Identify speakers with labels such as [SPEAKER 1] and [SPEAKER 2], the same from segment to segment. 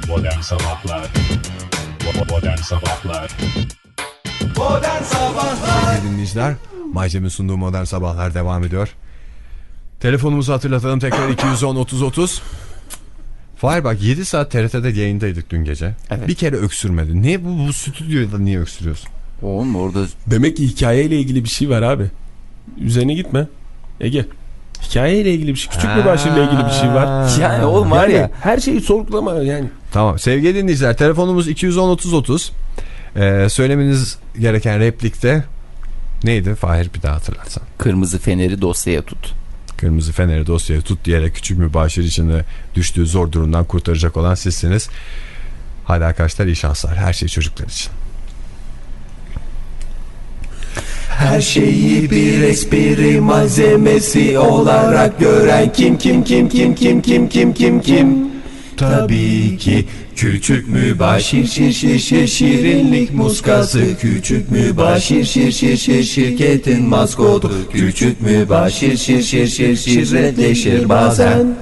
[SPEAKER 1] Modern Sabahlar. Modern Sabahlar.
[SPEAKER 2] Modern Sabahlar.
[SPEAKER 3] Sevgili dinleyiciler, Maycem'in sunduğu Modern Sabahlar devam ediyor. Telefonumuzu hatırlatalım tekrar 210-30-30. Fahir bak 7 saat TRT'de yayındaydık dün gece.
[SPEAKER 4] Evet.
[SPEAKER 3] Bir kere öksürmedi. Niye bu stüdyoda niye öksürüyorsun?
[SPEAKER 4] Oğlum orada...
[SPEAKER 5] Demek ki hikayeyle ilgili bir şey var abi. Üzerine gitme Ege. Hikayeyle ilgili bir şey. Küçük mübaşirle ilgili bir şey var.
[SPEAKER 4] Yani oğlum var ya.
[SPEAKER 5] Her şeyi sorgulama yani.
[SPEAKER 3] Tamam sevgili dinleyiciler, telefonumuz 210-30-30. Söylemeniz gereken replikte neydi Fahir, bir daha hatırlatsan.
[SPEAKER 4] Kırmızı feneri dosyaya tut.
[SPEAKER 3] Kırmızı feneri dosyaya tut diyerek küçük mübaşir içinde düştüğü zor durumdan kurtaracak olan sizsiniz. Hadi arkadaşlar, iyi şanslar. Her şey çocuklar için.
[SPEAKER 2] Her şeyi bir espri malzemesi olarak gören kim? Tabii ki küçük mübaşir şirinlik muskası. Küçük mübaşir şirketin maskotu. Küçük mübaşir şirretleşir bazen.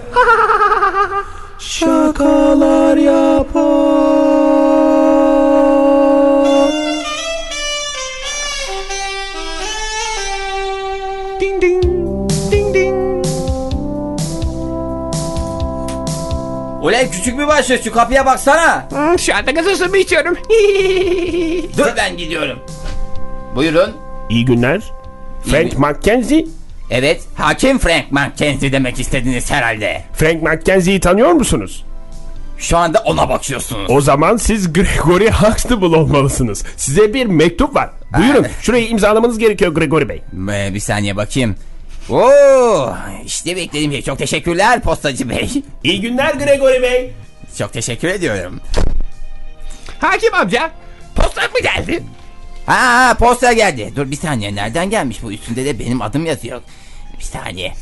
[SPEAKER 2] Şakalar yapar.
[SPEAKER 3] Ding ding ding ding.
[SPEAKER 4] Ulan küçük mübaşir şu kapıya baksana.
[SPEAKER 6] Şu anda gazozumu içiyorum.
[SPEAKER 4] Dur ben gidiyorum. Buyurun.
[SPEAKER 5] İyi günler. Frank McKenzie.
[SPEAKER 4] Evet, hakim Frank McKenzie demek istediniz herhalde.
[SPEAKER 5] Frank McKenzie'yi tanıyor musunuz?
[SPEAKER 4] Şu anda ona bakıyorsunuz.
[SPEAKER 5] O zaman siz Gregory Huxtable olmalısınız. Size bir mektup var. Buyurun, şurayı imzalamanız gerekiyor Gregory Bey.
[SPEAKER 4] Bir saniye bakayım. Oo, işte beklediğim şey. Çok teşekkürler postacı bey.
[SPEAKER 5] İyi günler Gregory Bey.
[SPEAKER 4] Çok teşekkür ediyorum.
[SPEAKER 6] Hakim amca, postan mı geldi?
[SPEAKER 4] Ha, posta geldi. Dur bir saniye, nereden gelmiş bu? Üstünde de benim adım yazıyor. Bir saniye.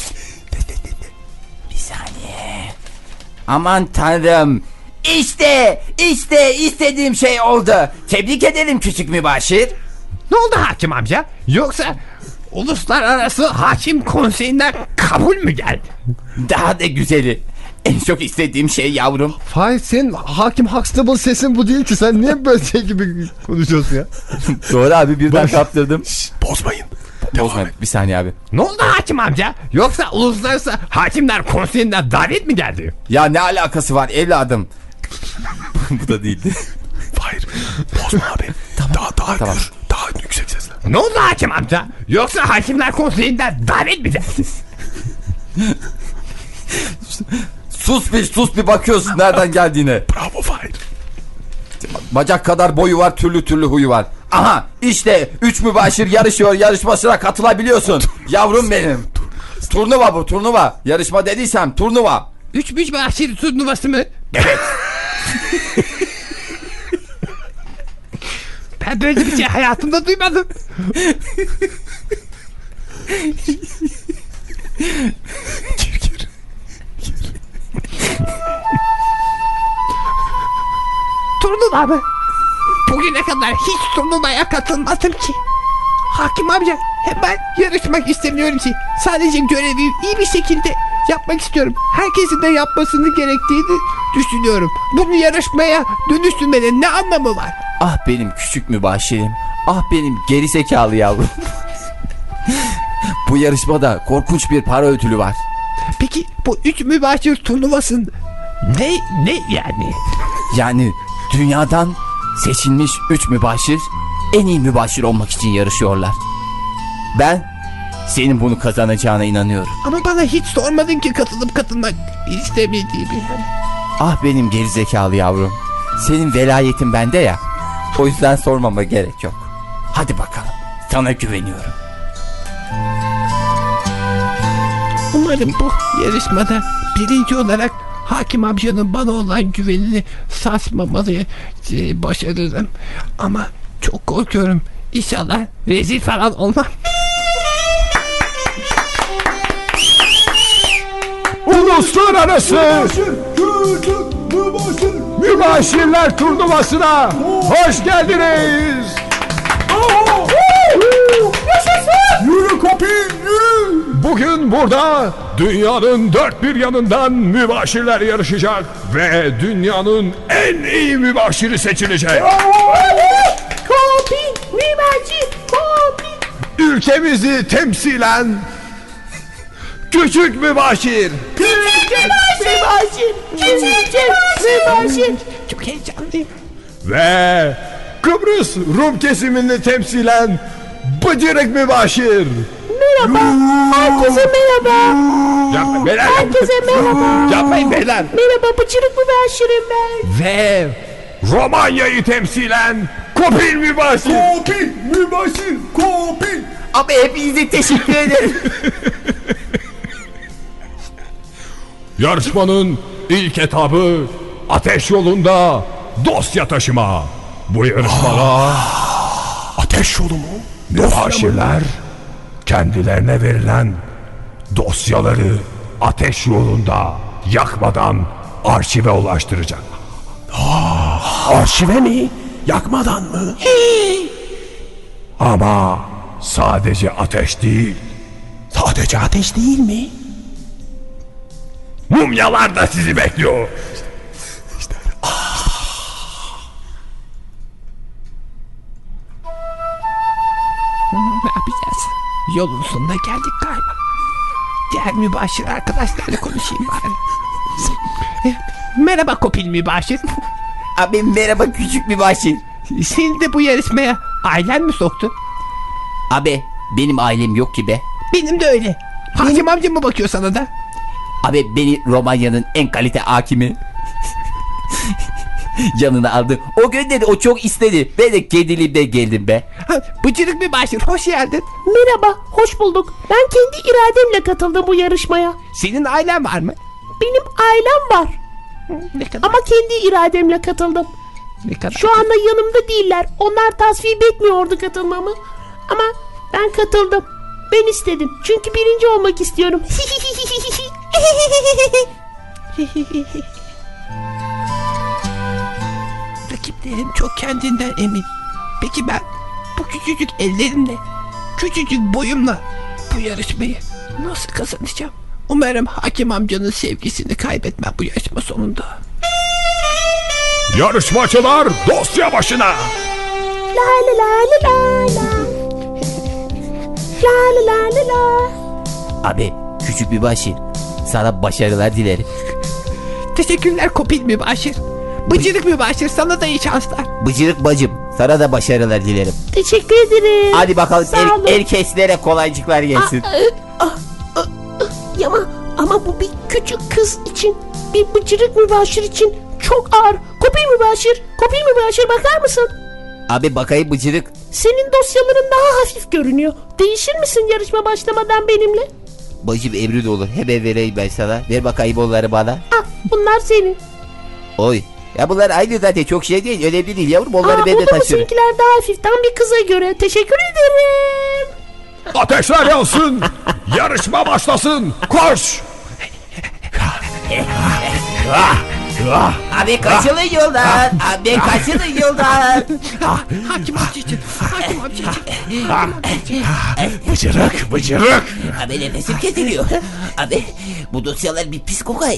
[SPEAKER 4] Bir saniye. Aman tanrım. İşte istediğim şey oldu. Tebrik ederim küçük mübaşir.
[SPEAKER 6] Ne oldu hakim amca? Yoksa Uluslararası Hakim Konseyi'nden kabul mü geldi?
[SPEAKER 4] Daha da güzeli. En çok istediğim şey yavrum.
[SPEAKER 3] Fahir, senin hakim Huxtable sesin bu değil ki. Sen niye böyle şey gibi konuşuyorsun ya?
[SPEAKER 4] Doğru abi, birden kaptırdım.
[SPEAKER 5] Bozmayın.
[SPEAKER 4] Bozmayın. Bir saniye abi.
[SPEAKER 6] Ne oldu hakim amca? Yoksa Uluslararası Hakimler Konseyi'nden davet mi geldi?
[SPEAKER 4] Ya ne alakası var evladım? Bu da değildi.
[SPEAKER 5] Hayır. Bozma abi. Daha
[SPEAKER 4] Tamam.
[SPEAKER 5] gür. Daha yüksek sesle.
[SPEAKER 6] Ne oldu hakim amca? Yoksa Hakimler Konseyi'nden davet mi geldi?
[SPEAKER 4] Sus bir bakıyorsun nereden geldiğine.
[SPEAKER 5] Bravo Fahir.
[SPEAKER 4] Bacak kadar boyu var, türlü huyu var. Aha işte 3 mübaşir yarışıyor, yarışmasına katılabiliyorsun. Yavrum benim. Turnuva bu, turnuva. Yarışma dediysem turnuva.
[SPEAKER 6] 3 mübaşir turnuvası mı?
[SPEAKER 4] Evet.
[SPEAKER 6] Ben böyle bir şey hayatımda duymadım.
[SPEAKER 5] Gir.
[SPEAKER 6] Turnuva mı? Bugüne kadar hiç turnuvaya katılmadım ki. Hakim amca, ben yarışmak istemiyorum ki. Sadece görevi iyi bir şekilde yapmak istiyorum. Herkesin de yapmasını gerektiğini düşünüyorum. Bunu yarışmaya dönüştürmenin ne anlamı var?
[SPEAKER 4] Ah benim küçük mübaşirim. Ah benim gerizekalı yavrum. Bu yarışmada korkunç bir para ödülü var.
[SPEAKER 6] Peki bu 3 mübaşir turnuvasının ne yani?
[SPEAKER 4] Yani dünyadan seçilmiş 3 mübaşir en iyi mübaşir olmak için yarışıyorlar. Ben senin bunu kazanacağına inanıyorum.
[SPEAKER 6] Ama bana hiç sormadın ki katılmak istemediğimi.
[SPEAKER 4] Ah benim gerizekalı yavrum. Senin velayetin bende ya. O yüzden sormama gerek yok. Hadi bakalım. Sana güveniyorum.
[SPEAKER 6] Umarım bu yarışmada birinci olarak Hakim amcanın bana olan güvenini sarsmamalı başarırım. Ama çok korkuyorum. İnşallah rezil falan olmam.
[SPEAKER 3] Uluslararası Mübaşirler Turnuvası'na hoş geldiniz.
[SPEAKER 2] Yürü kopil yürü.
[SPEAKER 3] Bugün burada dünyanın dört bir yanından mübaşirler yarışacak ve dünyanın en iyi mübaşiri seçilecek.
[SPEAKER 2] Kopil mübaşir, kopil.
[SPEAKER 3] Ülkemizi temsilen küçük mübaşir.
[SPEAKER 2] Küçük mübaşir, küçük mübaşir.
[SPEAKER 6] Çok heyecanlıyım.
[SPEAKER 3] Ve Kıbrıs Rum kesimini temsilen Bıcırık mübaşir.
[SPEAKER 2] Merhaba, herkese merhaba.
[SPEAKER 3] Yapmayın beyler.
[SPEAKER 2] Herkese merhaba.
[SPEAKER 3] Yapmayın beyler.
[SPEAKER 2] Merhaba, bıcırık mübaşirim ben.
[SPEAKER 3] Ve Romanya'yı temsilen Kopil mübaşir.
[SPEAKER 4] Kopil mübaşir kopil. Abi hepinize teşekkür ederim.
[SPEAKER 3] Yarışmanın ilk etabı ateş yolunda dosya taşıma. Bu yarışmada
[SPEAKER 5] Ateş yolu mu?
[SPEAKER 3] mübaşirler kendilerine verilen dosyaları ateş yolunda yakmadan arşive ulaştıracak.
[SPEAKER 5] Arşive mi? Yakmadan mı?
[SPEAKER 3] Ama sadece ateş değil,
[SPEAKER 5] Sadece ateş değil mi?
[SPEAKER 3] mumyalar da sizi bekliyor.
[SPEAKER 6] Ne yapacağız? Yolun sonuna geldik galiba. Diğer mübaşir arkadaşlarla konuşayım bari. Merhaba Kopil mübaşir.
[SPEAKER 4] Abi merhaba küçük mübaşir.
[SPEAKER 6] Seni de bu yarışmaya ailen mi soktu?
[SPEAKER 4] Abi benim ailem yok ki be.
[SPEAKER 6] Benim de öyle. Hakim amca mı bakıyor sana da?
[SPEAKER 4] Abi beni Romanya'nın en kalite hakimi yanına aldı. O gönderdi, o çok istedi. Ben de kendiliğimden geldim be.
[SPEAKER 6] Bıcırık mübaşir hoş geldin.
[SPEAKER 2] Merhaba, hoş bulduk. Ben kendi irademle katıldım bu yarışmaya.
[SPEAKER 6] Senin ailen var mı?
[SPEAKER 2] Benim ailem var
[SPEAKER 6] Ne kadar?
[SPEAKER 2] ama kendi irademle katıldım.
[SPEAKER 6] Ne kadar?
[SPEAKER 2] Şu anda yanımda değiller. Onlar tasvip etmiyordu katılmamı. Ama ben katıldım. Ben istedim. Çünkü birinci olmak istiyorum.
[SPEAKER 6] Rakiplerim çok kendinden emin. Peki ben bu küçücük ellerimle, küçücük boyumla bu yarışmayı nasıl kazanacağım? Umarım hakim amcanın sevgisini kaybetmem bu yarışma sonunda.
[SPEAKER 3] Yarışmacılar dosya başına.
[SPEAKER 2] La la la la la la. La la la la la.
[SPEAKER 4] Abi küçük mübaşir, sana başarılar dilerim.
[SPEAKER 6] Teşekkürler Kopil mübaşir. Bıcırık mübaşir sana da iyi şanslar.
[SPEAKER 4] Bıcırık bacım, sana da başarılar dilerim.
[SPEAKER 2] Teşekkür ederim.
[SPEAKER 4] Hadi bakalım
[SPEAKER 2] Sağ olun.
[SPEAKER 4] erkeklere kolaycıklar gelsin.
[SPEAKER 2] Ama bu bir küçük kız için, bir bıcırık mübaşir için çok ağır. Kopil mübaşir bakar mısın?
[SPEAKER 4] Abi bakayım bıcırık.
[SPEAKER 2] Senin dosyaların daha hafif görünüyor. Değişir misin yarışma başlamadan benimle?
[SPEAKER 4] Bacım emrin olur. Hemen vereyim ben sana. Ver bakayım onları bana.
[SPEAKER 2] Ah, bunlar senin.
[SPEAKER 4] Oy. Ya bunlar aynı zaten, çok şey değil. Önemli değil yavrum. Onları ben de
[SPEAKER 2] burada mı
[SPEAKER 4] taşırım.
[SPEAKER 2] seninkiler daha hafif? Tam bir kıza göre. Teşekkür ederim.
[SPEAKER 3] Ateşler yansın. Yarışma başlasın. Koş.
[SPEAKER 4] Abi kaçılın yoldan. Abi kaçılın yoldan.
[SPEAKER 6] Hakim amca için. Hakim amca için.
[SPEAKER 3] Bıcırık.
[SPEAKER 4] Abi nefesim kesiliyor. Abi bu dosyalar bir pis kokay.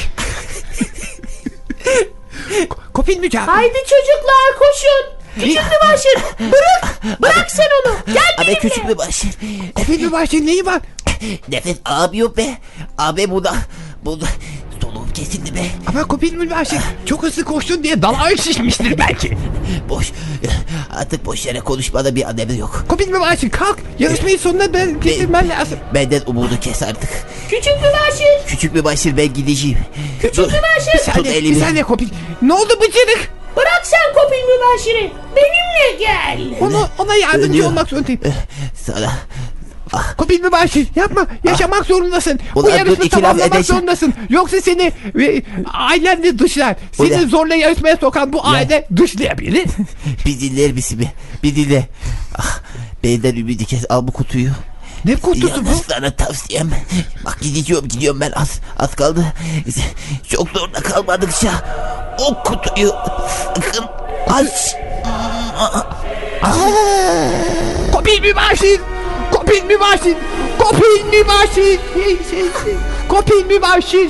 [SPEAKER 6] Kopil mücadele.
[SPEAKER 2] Haydi çocuklar koşun. Küçük mübaşir. Bırak sen onu. Gel
[SPEAKER 4] Abi
[SPEAKER 2] benimle.
[SPEAKER 4] küçük bir baş.
[SPEAKER 6] Kopil mübaşir neyi var?
[SPEAKER 4] Nefes abi yok be. Abi bu da soluğum kesildi be.
[SPEAKER 6] Ama Kopil mübaşir çok hızlı koştun diye dalağın şişmiştir belki.
[SPEAKER 4] Boş. Artık boş yere konuşmada bir anlamı yok.
[SPEAKER 6] Kopil mübaşir kalk. Yarışmayı sonuna getirmen lazım.
[SPEAKER 4] Benden umudu kes artık.
[SPEAKER 2] Küçük mübaşir.
[SPEAKER 4] Küçük bir başır, ben gideceğim.
[SPEAKER 2] Küçük
[SPEAKER 4] Dur.
[SPEAKER 6] Bir
[SPEAKER 2] mübaşir.
[SPEAKER 6] saniye,
[SPEAKER 4] elimi.
[SPEAKER 6] bir saniye Kopil. Ne oldu bıcırık?
[SPEAKER 2] Bırak sen kopil mübaşiri. Benimle gel.
[SPEAKER 6] Ona yardımcı
[SPEAKER 4] Ölüyor.
[SPEAKER 6] olmak zorundayım.
[SPEAKER 4] Sana.
[SPEAKER 6] Kopil mübaşir yapma. Yaşamak zorundasın. Bu
[SPEAKER 4] Ulan dur,
[SPEAKER 6] yarışmayı
[SPEAKER 4] iki laf
[SPEAKER 6] tamamlamak
[SPEAKER 4] edeceğim.
[SPEAKER 6] zorundasın. Yoksa seni ailen de dışlar. Seni
[SPEAKER 4] Ulan.
[SPEAKER 6] zorla yarışmaya sokan bu aile dışlayabilir.
[SPEAKER 4] Bir dinler misin be? Bir dinle. Ah, benden ümidi kes, al bu kutuyu.
[SPEAKER 6] Ne kutusu bu?
[SPEAKER 4] Yalnız sana tavsiyem. Bak gidiyorum ben, az kaldı. Çok zorda kalmadıkça o kutuyu sakın aç.
[SPEAKER 6] Kopil mübaşir. Kopil mübaşir. Kopil mübaşir. Kopil mübaşir.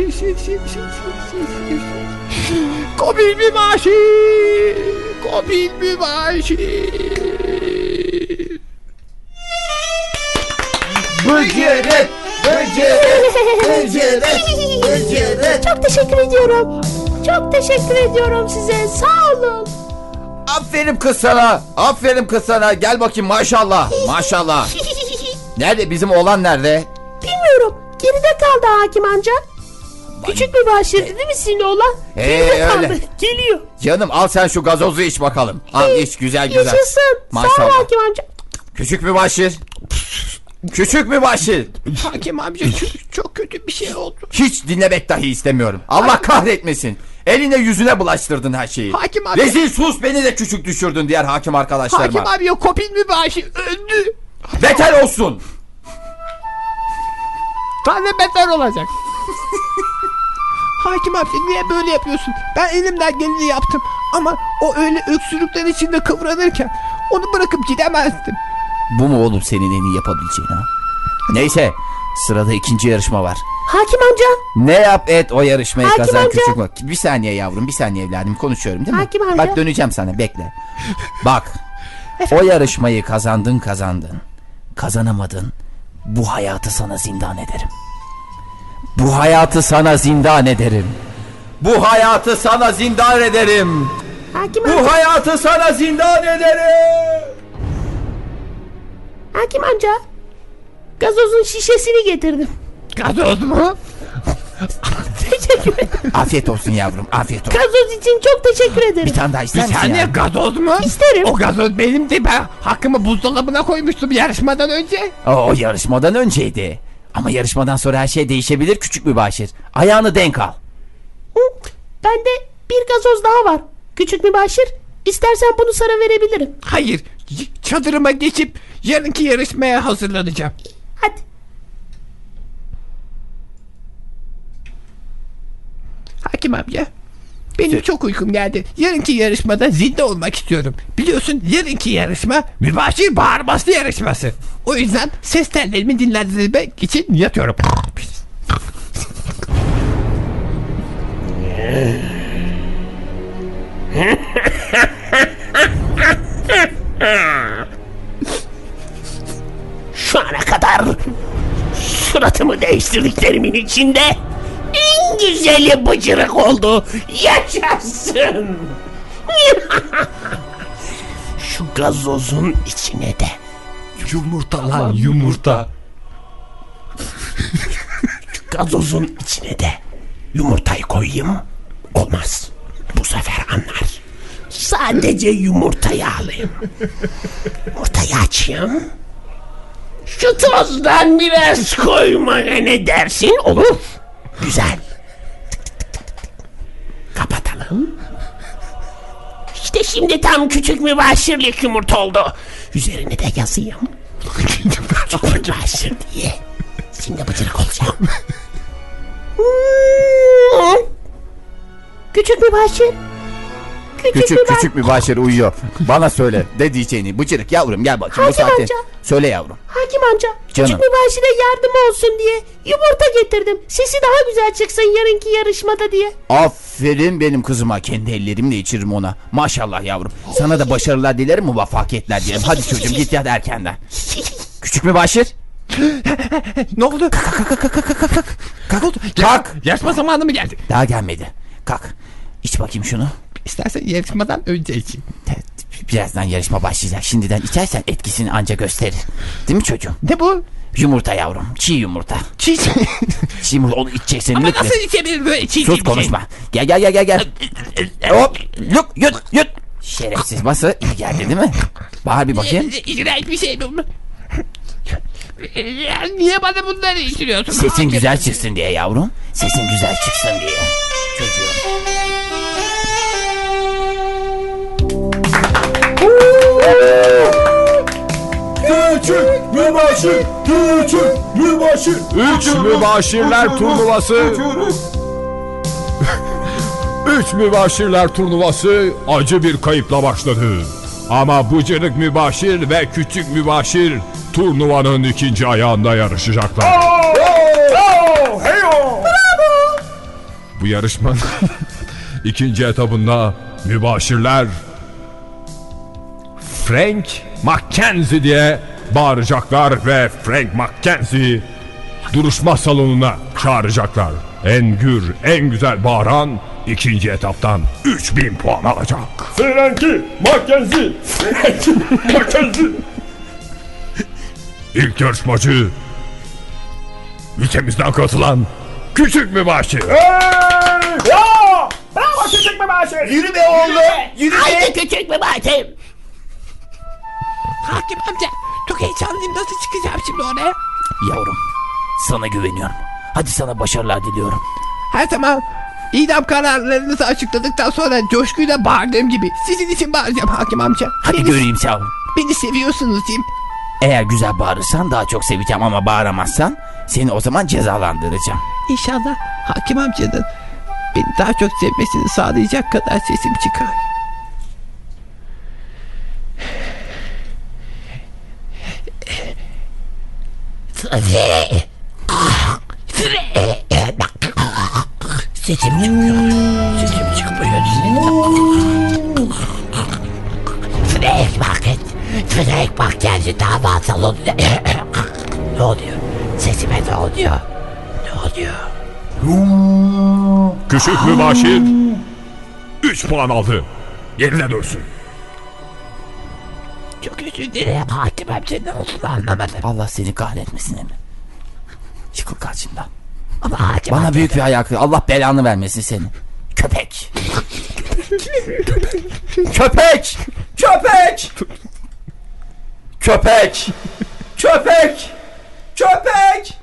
[SPEAKER 6] Kopil mübaşir. Kopil mübaşir.
[SPEAKER 4] Bıcırık.
[SPEAKER 2] Çok teşekkür ediyorum. Çok teşekkür ediyorum size. Sağ olun.
[SPEAKER 4] Aferin kız sana. Aferin kız sana. Gel bakayım maşallah. Maşallah. Nerede bizim oğlan nerede?
[SPEAKER 2] Bilmiyorum. Geride kaldı hakim amca. Küçük bir başladı değil mi sizin oğlan? Geride kaldı.
[SPEAKER 4] Öyle.
[SPEAKER 2] Geliyor.
[SPEAKER 4] Canım al sen şu gazozu iç bakalım. Al iç güzel güzel.
[SPEAKER 2] Yaşasın. Sağ ol
[SPEAKER 4] Maşallah.
[SPEAKER 2] hakim amca.
[SPEAKER 4] Küçük mübaşir. Küçük mübaşir.
[SPEAKER 6] Hakim amca çok kötü bir şey oldu.
[SPEAKER 4] Hiç dinlemek dahi istemiyorum. Allah kahretmesin. Eline yüzüne bulaştırdın her şeyi.
[SPEAKER 6] Hakim abi.
[SPEAKER 4] Rezil sus, beni de küçük düşürdün diğer hakim arkadaşlarıma.
[SPEAKER 6] Hakim abi yok, kopil mübaşir öldü.
[SPEAKER 4] Beter olsun.
[SPEAKER 6] Daha ne beter olacak? Hakim abi niye böyle yapıyorsun? Ben elimden geleni yaptım. Ama o öyle öksürükler içinde kıvranırken onu bırakıp gidemezdim.
[SPEAKER 4] Bu mu oğlum senin en iyi yapabileceğin ha? Neyse, sırada ikinci yarışma var.
[SPEAKER 2] Hakim amca.
[SPEAKER 4] Ne yap et o yarışmayı
[SPEAKER 2] Hakim
[SPEAKER 4] kazan
[SPEAKER 2] amca.
[SPEAKER 4] küçük mü? Bir saniye yavrum, bir saniye evladım, konuşuyorum değil mi?
[SPEAKER 2] Hakim amca.
[SPEAKER 4] Bak döneceğim sana, bekle. Bak, o yarışmayı kazandın. Kazanamadın. Bu hayatı sana zindan ederim. Bu hayatı sana zindan ederim. Bu hayatı sana zindan ederim.
[SPEAKER 2] Hakim
[SPEAKER 4] Bu
[SPEAKER 2] amca.
[SPEAKER 4] hayatı sana zindan ederim.
[SPEAKER 2] Hakim amca. Gazozun şişesini getirdim.
[SPEAKER 6] Gazoz mu?
[SPEAKER 2] Teşekkür ederim.
[SPEAKER 4] Afiyet olsun yavrum, afiyet olsun.
[SPEAKER 2] Gazoz için çok teşekkür ederim.
[SPEAKER 4] Bir tane daha ister
[SPEAKER 6] Bir
[SPEAKER 4] misin
[SPEAKER 6] saniye,
[SPEAKER 4] ya?
[SPEAKER 6] gazoz mu?
[SPEAKER 2] İsterim.
[SPEAKER 6] O gazoz benimdi, ben hakkımı buzdolabına koymuştum yarışmadan önce.
[SPEAKER 4] O yarışmadan önceydi. Ama yarışmadan sonra her şey değişebilir küçük mübaşir. Ayağını denk al.
[SPEAKER 2] Hı, bende bir gazoz daha var. Küçük mübaşir. İstersen bunu sana verebilirim.
[SPEAKER 6] Hayır, çadırıma geçip yarınki yarışmaya hazırlanacağım.
[SPEAKER 2] Hadi.
[SPEAKER 6] Hakim amca, benim çok uykum geldi. Yarınki yarışmada zinde olmak istiyorum. Biliyorsun yarınki yarışma mübaşir bağırması yarışması. O yüzden ses tellerimi dinlendirmek için yatıyorum.
[SPEAKER 2] Şu ana kadar suratımı değiştirdiklerimin içinde en güzeli bıcırık oldu. Yaşasın. Şu gazozun içine de
[SPEAKER 5] Yumurta lan yumurta.
[SPEAKER 2] şu gazozun içine de yumurtayı koyayım. Olmaz. Bu sefer anlar. Sadece yumurtayı alayım. Yumurtayı açayım. Şu tozdan biraz koymaya ne dersin? Olur. Güzel. Kapatalım. İşte şimdi tam küçük mübaşirlik yumurta oldu. Üzerine de yazayım. Küçük mübaşir diye. Şimdi bıcırık olacağım. Küçük mübaşir.
[SPEAKER 4] Küçük mübaşir uyuyor. Bana söyle de diyeceğini. Bıcırık yavrum gel bakayım.
[SPEAKER 2] Hakim amca.
[SPEAKER 4] Söyle yavrum.
[SPEAKER 2] Hakim amca,
[SPEAKER 4] Canım.
[SPEAKER 2] küçük mübaşire yardım olsun diye yumurta getirdim. Sesi daha güzel çıksın yarınki yarışmada diye.
[SPEAKER 4] Aferin benim kızıma. Kendi ellerimle içiririm ona. Maşallah yavrum. Sana da başarılar dilerim, muvaffakiyetler dilerim. Hadi çocuğum git yat erkenden. Küçük mübaşir.
[SPEAKER 6] Ne oldu? Kalk.
[SPEAKER 4] Kalk.
[SPEAKER 6] Yarışma zamanı mı geldi?
[SPEAKER 4] Daha gelmedi. Kalk. İç bakayım şunu.
[SPEAKER 6] İstersen yarışmadan önce için.
[SPEAKER 4] Birazdan yarışma başlayacak. Şimdiden içersen etkisini anca gösterir. Değil mi çocuğum?
[SPEAKER 6] Ne bu?
[SPEAKER 4] Yumurta yavrum. Çiğ yumurta.
[SPEAKER 6] Çiğ.
[SPEAKER 4] Çiğ yumurta, onu içeceksin.
[SPEAKER 6] Ama
[SPEAKER 4] lütfen.
[SPEAKER 6] nasıl içebilir böyle çiğ
[SPEAKER 4] Sus
[SPEAKER 6] bir
[SPEAKER 4] konuşma. Gel. Hop. Yut. Şerefsiz, nasıl? İyi geldi değil mi? Bağır bir bakayım.
[SPEAKER 6] İğrenç bir şey bu. Niye bana bunları içiriyorsun?
[SPEAKER 4] Sesin güzel çıksın diye yavrum. Sesin güzel çıksın diye. Çocuğum.
[SPEAKER 3] Küçük mübaşir. Üç mübaşirler turnuvası. Üç mübaşirler turnuvası acı bir kayıpla başladı. Ama bıcırık mübaşir ve küçük mübaşir
[SPEAKER 1] turnuvanın ikinci ayağında yarışacaklar. Bu yarışmanın ikinci etabında mübaşirler Frank McKenzie diye bağıracaklar ve Frank McKenzie duruşma salonuna çağıracaklar. En gür, en güzel bağıran ikinci etaptan 3000 puan alacak.
[SPEAKER 5] Frankie McKenzie. McKenzie.
[SPEAKER 1] İlk yarışmacı ülkemizden katılan küçük mübaşir.
[SPEAKER 5] Bravo küçük mübaşir.
[SPEAKER 4] Yürü be oğlum. Yürü be.
[SPEAKER 2] Haydi küçük mübaşir.
[SPEAKER 6] Hakim amca çok heyecanlıyım, nasıl çıkacağım şimdi oraya?
[SPEAKER 2] Yavrum sana güveniyorum. Hadi sana başarılar diliyorum.
[SPEAKER 6] Her zaman idam kararlarınızı açıkladıktan sonra coşkuyla bağırdığım gibi sizin için bağıracağım hakim amca.
[SPEAKER 2] Hadi göreyim yavrum.
[SPEAKER 6] Beni seviyorsunuz diyeyim.
[SPEAKER 2] Eğer güzel bağırırsan daha çok seveceğim ama bağıramazsan seni o zaman cezalandıracağım.
[SPEAKER 6] İnşallah hakim amcanın beni daha çok sevmesini sağlayacak kadar sesim çıkar.
[SPEAKER 2] Sesim çıkmıyor. Sesim çıkmıyor. Frank McKenzie dava salonunda. Ne oluyor? Sesime ne oluyor? Ne oluyor?
[SPEAKER 1] Küçük mübaşir 3 puan aldı. Yerine dönsün.
[SPEAKER 2] Çok özür dilerim hakim amca, ne olduğunu anlamadım.
[SPEAKER 4] Allah seni kahretmesin Emre. Yıkıl karşımdan.
[SPEAKER 2] Ama hakim
[SPEAKER 4] Bana
[SPEAKER 2] amca
[SPEAKER 4] büyük bir hayal kırıklığı. Allah belanı vermesin seni. Köpek. Köpek. Köpek. Köpek. Köpek. Köpek.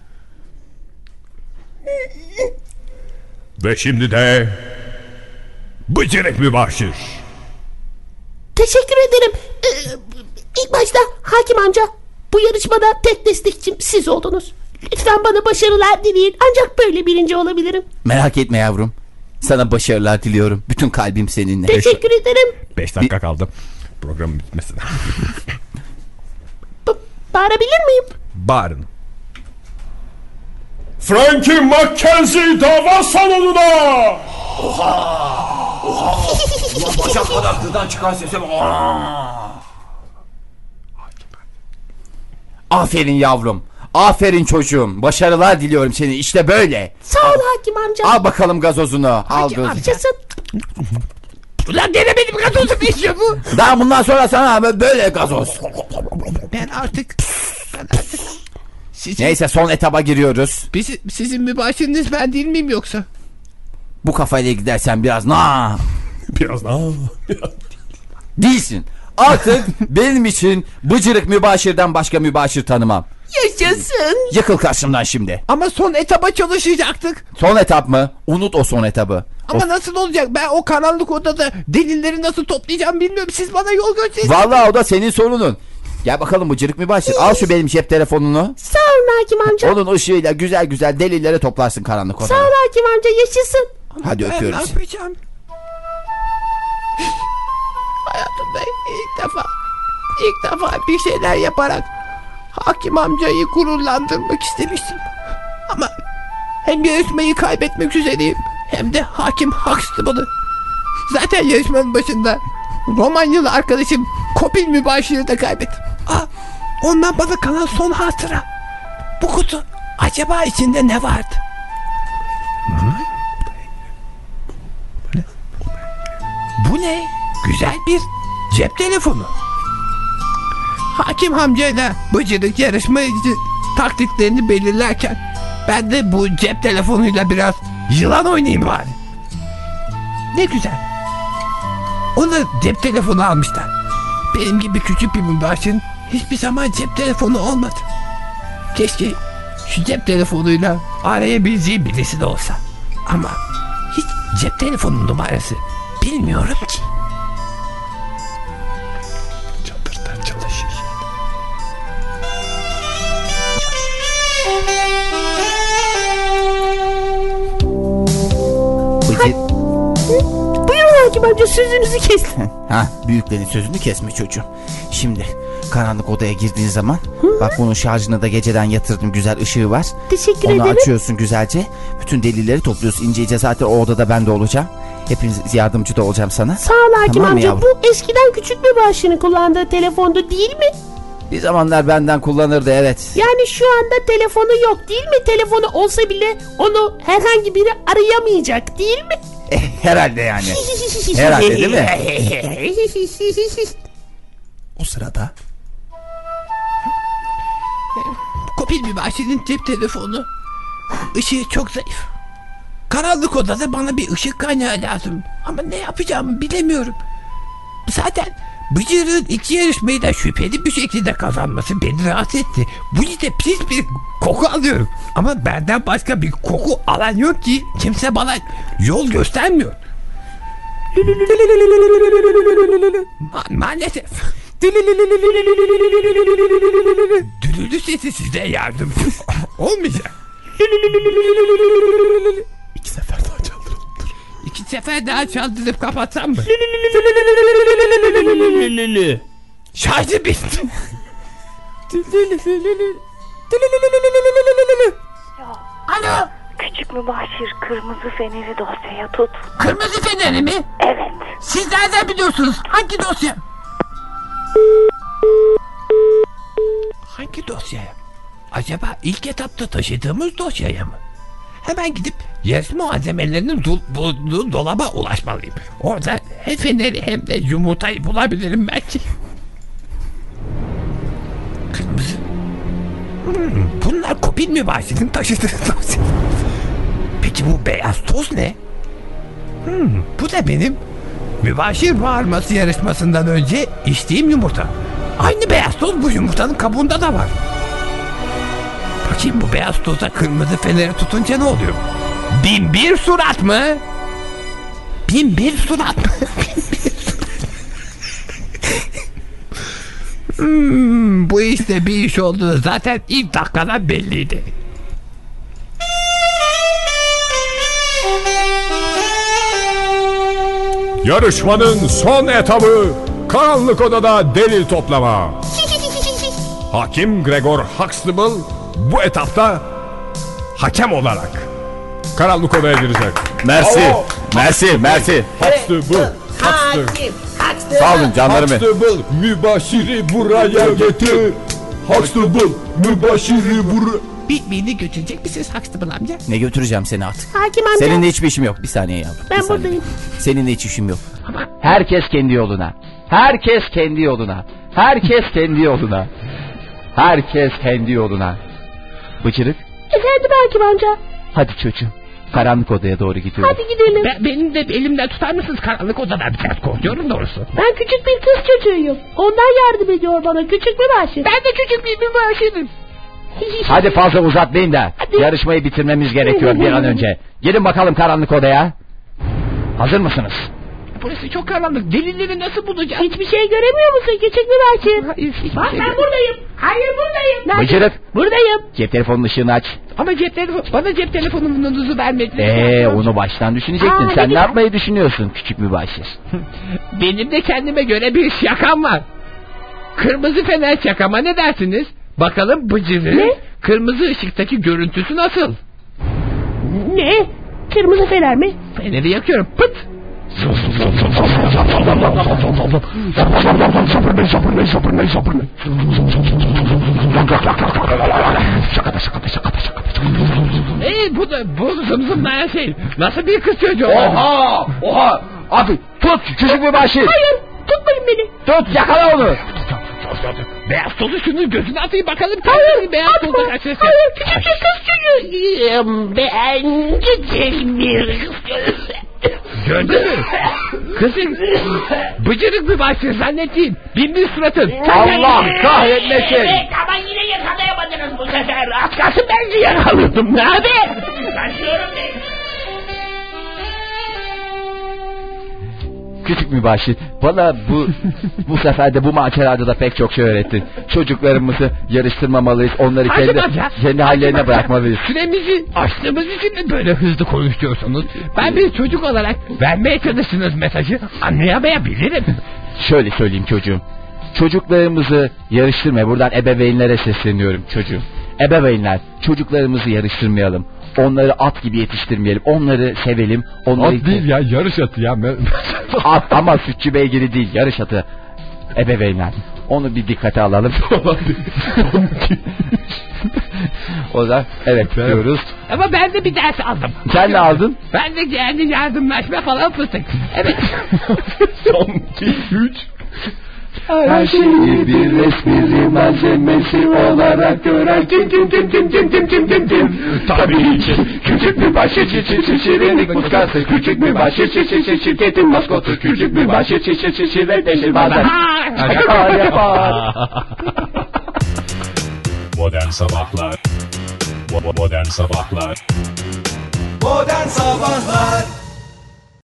[SPEAKER 1] Ve şimdi de bıcırık mübaşir.
[SPEAKER 2] teşekkür ederim. İlk başta hakim amca, bu yarışmada tek destekçim siz oldunuz. Lütfen bana başarılar dileyin. Ancak böyle birinci olabilirim.
[SPEAKER 4] Merak etme yavrum. Sana başarılar diliyorum. Bütün kalbim seninle.
[SPEAKER 2] Teşekkür ederim.
[SPEAKER 1] 5 dakika kaldı programın bitmesine.
[SPEAKER 2] Bağırabilir miyim?
[SPEAKER 1] Bağırın.
[SPEAKER 5] Frankie McKenzie dava salonuna.
[SPEAKER 4] Bacak kadar kızdan çıkan sese bak. Aferin yavrum. Aferin çocuğum. Başarılar diliyorum seni. İşte böyle.
[SPEAKER 2] Sağ ol hakim amca.
[SPEAKER 4] Al bakalım gazozunu. Al
[SPEAKER 2] Hakim
[SPEAKER 4] gazozunu.
[SPEAKER 2] amcasın.
[SPEAKER 6] Ulan denemedim, gazozu içiyor bu.
[SPEAKER 4] Daha bundan sonra sana böyle gazoz.
[SPEAKER 6] Ben artık sizin,
[SPEAKER 4] Neyse son etaba giriyoruz.
[SPEAKER 6] sizin mübaşiriniz ben değil miyim yoksa?
[SPEAKER 4] Bu kafayla gidersen biraz
[SPEAKER 5] Biraz daha.
[SPEAKER 4] değilsin. Artık benim için bıcırık mübaşirden başka mübaşir tanımam.
[SPEAKER 2] Yaşasın.
[SPEAKER 4] Yıkıl karşımdan şimdi.
[SPEAKER 6] Ama son etaba çalışacaktık.
[SPEAKER 4] Son etap mı? Unut o son etabı.
[SPEAKER 6] Ama nasıl olacak? Ben o karanlık odada delilleri nasıl toplayacağım bilmiyorum. Siz bana yol gösterin.
[SPEAKER 4] Vallahi o da senin sorunun. Gel bakalım bıcırık mübaşir. Al şu benim cep telefonunu.
[SPEAKER 2] Sağ ol hakim amca.
[SPEAKER 4] Onun ışığıyla güzel güzel delilleri toplarsın karanlık
[SPEAKER 2] Sağ
[SPEAKER 4] odada.
[SPEAKER 2] ol hakim amca, yaşasın.
[SPEAKER 4] Hadi
[SPEAKER 6] Ben ne
[SPEAKER 4] öpüyoruz.
[SPEAKER 6] yapacağım? Hayatımda ilk defa bir şeyler yaparak hakim amcayı gururlandırmak istemiştim. Ama hem yarışmayı kaybetmek üzereyim hem de hakim haksızdı bana. Zaten yarışmanın başında Romanyalı arkadaşım Kopil Mübaşir'i de kaybettim. Ondan bana kalan son hatıra. Bu kutu acaba içinde ne vardı? Bu ne? Güzel bir cep telefonu. Hakim amcayla bıcırık yarışmacı taktiklerini belirlerken ben de bu cep telefonuyla biraz yılan oynayayım bari. Ne güzel. Ona cep telefonu almışlar. Benim gibi küçük bir mübaşirin hiçbir zaman cep telefonu olmadı. Keşke şu cep telefonuyla arayabileceği birisi de olsa. Ama hiç cep telefonu numarası bilmiyorum ki.
[SPEAKER 5] Çadırdan çalışır.
[SPEAKER 2] Buyurun Hakim amca, sözünüzü kestim.
[SPEAKER 4] Ha, büyüklerin sözünü kesme çocuğum. Şimdi karanlık odaya girdiğin zaman bak bunun şarjını da geceden yatırdım, güzel ışığı var.
[SPEAKER 2] Teşekkür
[SPEAKER 4] Onu
[SPEAKER 2] ederim.
[SPEAKER 4] açıyorsun güzelce. Bütün delilleri topluyorsun ince ince, zaten o odada ben de olacağım. Hepiniz yardımcı da olacağım sana.
[SPEAKER 2] Sağ ol Hakim
[SPEAKER 4] Tamam mı
[SPEAKER 2] amca.
[SPEAKER 4] yavrum?
[SPEAKER 2] Bu eskiden küçük mübaşirin kullandığı telefondu değil mi?
[SPEAKER 4] Bir zamanlar benden kullanırdı, evet.
[SPEAKER 2] Yani şu anda telefonu yok değil mi? Telefonu olsa bile onu herhangi biri arayamayacak değil mi?
[SPEAKER 4] Herhalde yani. Herhalde değil mi?
[SPEAKER 6] O sırada Kopil mübaşirin cep telefonu. Işığı çok zayıf. Karanlık odada bana bir ışık kaynağı lazım. Ama ne yapacağımı bilemiyorum. Zaten Bıcır'ın iki yarışmayı da şüpheli bir şekilde kazanması beni rahatsız etti. Bu yüzden pis bir koku alıyorum. Ama benden başka bir koku alan yok ki. Kimse bana yol göstermiyor. Maalesef. Dülülü sesi size yardımcı olmayacak.
[SPEAKER 5] İki sefer daha çaldıralım. Dur.
[SPEAKER 6] İki sefer daha çaldırıp kapatsam mı? Şarjı bitti. Alo.
[SPEAKER 7] Küçük mübaşir, kırmızı feneri dosyaya tut.
[SPEAKER 6] Kırmızı feneri mi?
[SPEAKER 7] Evet.
[SPEAKER 6] Siz nereden biliyorsunuz? Hangi dosya? Hangi dosyaya? Acaba ilk etapta taşıdığımız dosyaya mı? Hemen gidip yarışma malzemelerinin bulunduğu dolaba ulaşmalıyım. Orada hem feneri hem de yumurtayı bulabilirim belki. Kırmızı. Bunlar Kopil mübaşirin taşıdığı dosya. Peki bu beyaz toz ne? Bu da benim mübaşir bağırması yarışmasından önce içtiğim yumurta. Aynı beyaz toz bu yumurtanın kabuğunda da var. Bakayım bu beyaz toza kırmızı feneri tutunca ne oluyor? 1001 surat mı? 1001 surat mı? Bu işte bir iş olduğu zaten ilk dakikadan belliydi.
[SPEAKER 1] Yarışmanın son etabı karanlık odada delil toplama. Hakim Gregor Huxtable bu etapta hakem olarak karanlık odaya girecek.
[SPEAKER 4] Mersi.
[SPEAKER 1] Bravo.
[SPEAKER 4] Mersi.
[SPEAKER 1] Huxtable.
[SPEAKER 4] Sağ olun canlarım.
[SPEAKER 1] Huxtable mübaşiri buraya getir. Huxtable mübaşiri buraya.
[SPEAKER 6] Beni götürecek misiniz Huxtable amca?
[SPEAKER 4] Ne götüreceğim seni artık?
[SPEAKER 2] Hakim amca.
[SPEAKER 4] Seninle hiçbir işim yok. Bir saniye yavrum.
[SPEAKER 2] Ben
[SPEAKER 4] bir saniye.
[SPEAKER 2] buradayım.
[SPEAKER 4] Seninle hiç işim yok. Herkes kendi yoluna. Herkes kendi yoluna. Herkes kendi yoluna. Herkes kendi yoluna. Bıcırık.
[SPEAKER 2] Efendim Hakim amca.
[SPEAKER 4] Hadi çocuğum. Karanlık odaya doğru gidiyorum.
[SPEAKER 2] Hadi gidelim.
[SPEAKER 6] Benim de elimden tutar mısınız karanlık odadan? Biraz korkuyorum doğrusu.
[SPEAKER 2] Ben küçük bir kız çocuğuyum. Ondan yardım ediyor bana küçük mübaşir.
[SPEAKER 6] Ben de küçük bir mübaşirim.
[SPEAKER 4] Hadi fazla uzatmayın da. Yarışmayı bitirmemiz gerekiyor bir an önce. Gelin bakalım karanlık odaya. Hazır mısınız?
[SPEAKER 6] Burası çok karanlık. Delilleri nasıl bulacağız?
[SPEAKER 2] Hiçbir şey göremiyor musun küçük mübaşir?
[SPEAKER 6] Bak
[SPEAKER 2] Ben buradayım. Hayır buradayım. Nerede?
[SPEAKER 4] Bıcırık.
[SPEAKER 2] Buradayım.
[SPEAKER 4] Cep telefonunun ışığını aç.
[SPEAKER 6] Ama bana cep telefonunuzu vermediniz.
[SPEAKER 4] Onu baştan düşünecektin.
[SPEAKER 2] Aa,
[SPEAKER 4] Sen
[SPEAKER 2] ne
[SPEAKER 4] ne yapmayı düşünüyorsun küçük mübaşir?
[SPEAKER 6] Benim de kendime göre bir şakam var. Kırmızı fener şakama ne dersiniz? Bakalım Bıcır'ın
[SPEAKER 2] Ne?
[SPEAKER 6] kırmızı ışıktaki görüntüsü nasıl?
[SPEAKER 2] Ne? Kırmızı fener mi?
[SPEAKER 6] Feneri yakıyorum. Pıt! Bu zımzımlayan şey. Nasıl bir kız çocuğu?
[SPEAKER 4] Oha! Abi tut küçük mübaşir.
[SPEAKER 2] Hayır. Tutmayın beni.
[SPEAKER 4] Tut yakala onu.
[SPEAKER 6] Beyaz tozu şunun gözüne atayım bakalım.
[SPEAKER 2] Hayır.
[SPEAKER 6] Beyaz
[SPEAKER 2] Atma.
[SPEAKER 6] tozu kaçırsın.
[SPEAKER 2] Hayır. Küçük bir kız çocuğuyum. Ben küçük bir
[SPEAKER 6] Gördün mü? Kızım Bıcırık bir başlıyor zannettiğin. Bin suratın.
[SPEAKER 4] Allah kahretmesin.
[SPEAKER 2] Evet ama yine yakalayamadınız bu sefer. Az kalsın ben de yakalıyordum. Ne abi? Kaçıyorum ben.
[SPEAKER 4] Küçük mübaşir, bana bu sefer de bu macerada da pek çok şey öğrettin. Çocuklarımızı yarıştırmamalıyız. Onları kendi hallerine bırakmalıyız.
[SPEAKER 2] Süremizi açtığımız için mi böyle hızlı konuşuyorsunuz? Ben bir çocuk olarak vermeye çalıştığınız mesajı anlayamayabilirim.
[SPEAKER 4] Şöyle söyleyeyim çocuğum. Çocuklarımızı yarıştırmaya, buradan ebeveynlere sesleniyorum çocuğum. Ebeveynler, çocuklarımızı yarıştırmayalım. Onları at gibi yetiştirmeyelim. Onları sevelim. Onları
[SPEAKER 3] At değil ya, yarış atı ya.
[SPEAKER 4] At ama Sütçü Beygiri değil, yarış atı. Ebeveynler, onu bir dikkate alalım. O da evet diyoruz.
[SPEAKER 2] Ama ben de bir ders aldım.
[SPEAKER 4] Sen ne aldın?
[SPEAKER 2] Ben de kendi yardımlaşma falan fıstık. Evet.
[SPEAKER 3] Son 2, 3.
[SPEAKER 4] Her şeyi bir espri malzemesi olarak gören tabii ki küçük bir başı şirinlik muskası, küçük bir başı şirketin maskotu, küçük bir başı şirinleşir bazen şaka yapar.
[SPEAKER 8] Modern Sabahlar. Modern Sabahlar.
[SPEAKER 9] Modern Sabahlar